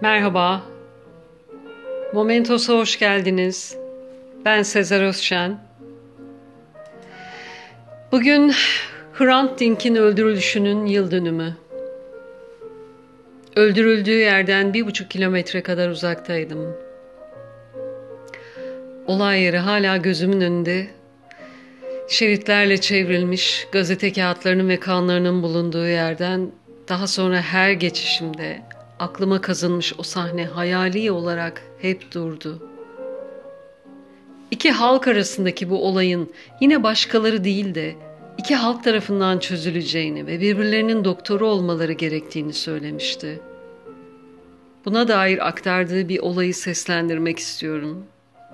Merhaba, Momentos'a hoş geldiniz. Ben Sezer Özşen. Bugün Hrant Dink'in öldürülüşünün yıl dönümü. Öldürüldüğü yerden 1,5 kilometre kadar uzaktaydım. Olay yeri hala gözümün önünde. Şeritlerle çevrilmiş gazete kağıtlarının ve kanlarının bulunduğu yerden daha sonra her geçişimde aklıma kazınmış o sahne hayali olarak hep durdu. İki halk arasındaki bu olayın yine başkaları değil de iki halk tarafından çözüleceğini ve birbirlerinin doktoru olmaları gerektiğini söylemişti. Buna dair aktardığı bir olayı seslendirmek istiyorum.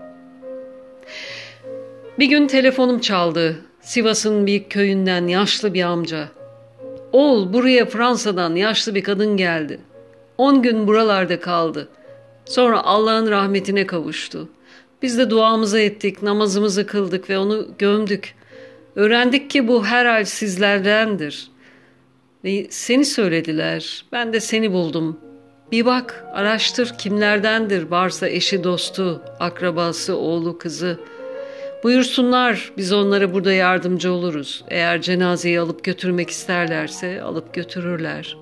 Bir gün telefonum çaldı. Sivas'ın bir köyünden yaşlı bir amca. "Oğul, buraya Fransa'dan yaşlı bir kadın geldi. 10 gün buralarda kaldı. Sonra Allah'ın rahmetine kavuştu. Biz de duamızı ettik, namazımızı kıldık ve onu gömdük. Öğrendik ki bu herhal sizlerdendir. Ve seni söylediler, ben de seni buldum. Bir bak, araştır kimlerdendir, varsa eşi, dostu, akrabası, oğlu, kızı. Buyursunlar, biz onlara burada yardımcı oluruz. Eğer cenazeyi alıp götürmek isterlerse alıp götürürler."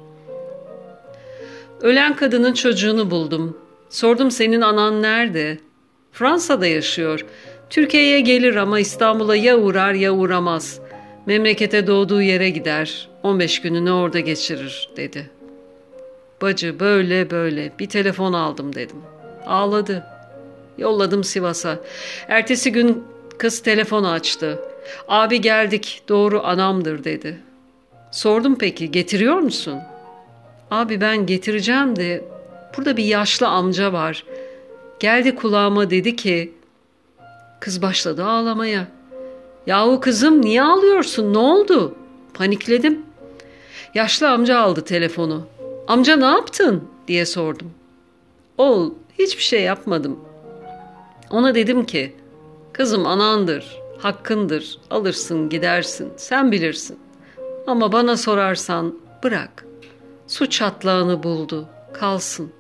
Ölen kadının çocuğunu buldum. Sordum, senin anan nerede? "Fransa'da yaşıyor. Türkiye'ye gelir ama İstanbul'a ya uğrar ya uğramaz. Memlekete doğduğu yere gider. 15 gününü orada geçirir," dedi. "Bacı, böyle böyle bir telefon aldım," dedim. Ağladı. Yolladım Sivas'a. Ertesi gün kız telefonu açtı. "Abi, geldik, doğru anamdır," dedi. Sordum, "Peki getiriyor musun?" "Abi, ben getireceğim de burada bir yaşlı amca var. Geldi kulağıma, dedi ki..." Kız başladı ağlamaya. "Yahu kızım, niye ağlıyorsun, ne oldu?" Panikledim. Yaşlı amca aldı telefonu. "Amca, ne yaptın?" diye sordum. "Oğul, hiçbir şey yapmadım. Ona dedim ki, kızım anandır, hakkındır, alırsın gidersin, sen bilirsin. Ama bana sorarsan bırak. Su çatlağını buldu, kalsın."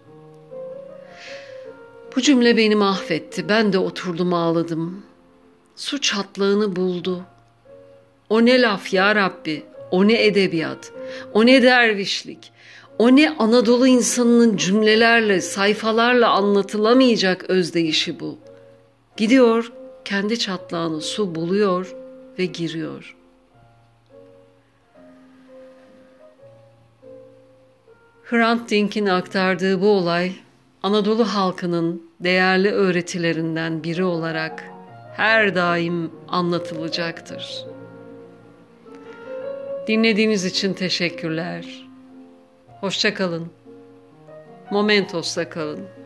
Bu cümle beni mahvetti. Ben de oturdum ağladım. Su çatlağını buldu. O ne laf ya Rabbi, o ne edebiyat, o ne dervişlik, o ne Anadolu insanının cümlelerle, sayfalarla anlatılamayacak özdeyişi bu. Gidiyor, kendi çatlağını su buluyor ve giriyor. Hrant Dink'in aktardığı bu olay, Anadolu halkının değerli öğretilerinden biri olarak her daim anlatılacaktır. Dinlediğiniz için teşekkürler. Hoşça kalın. Momentos'ta kalın.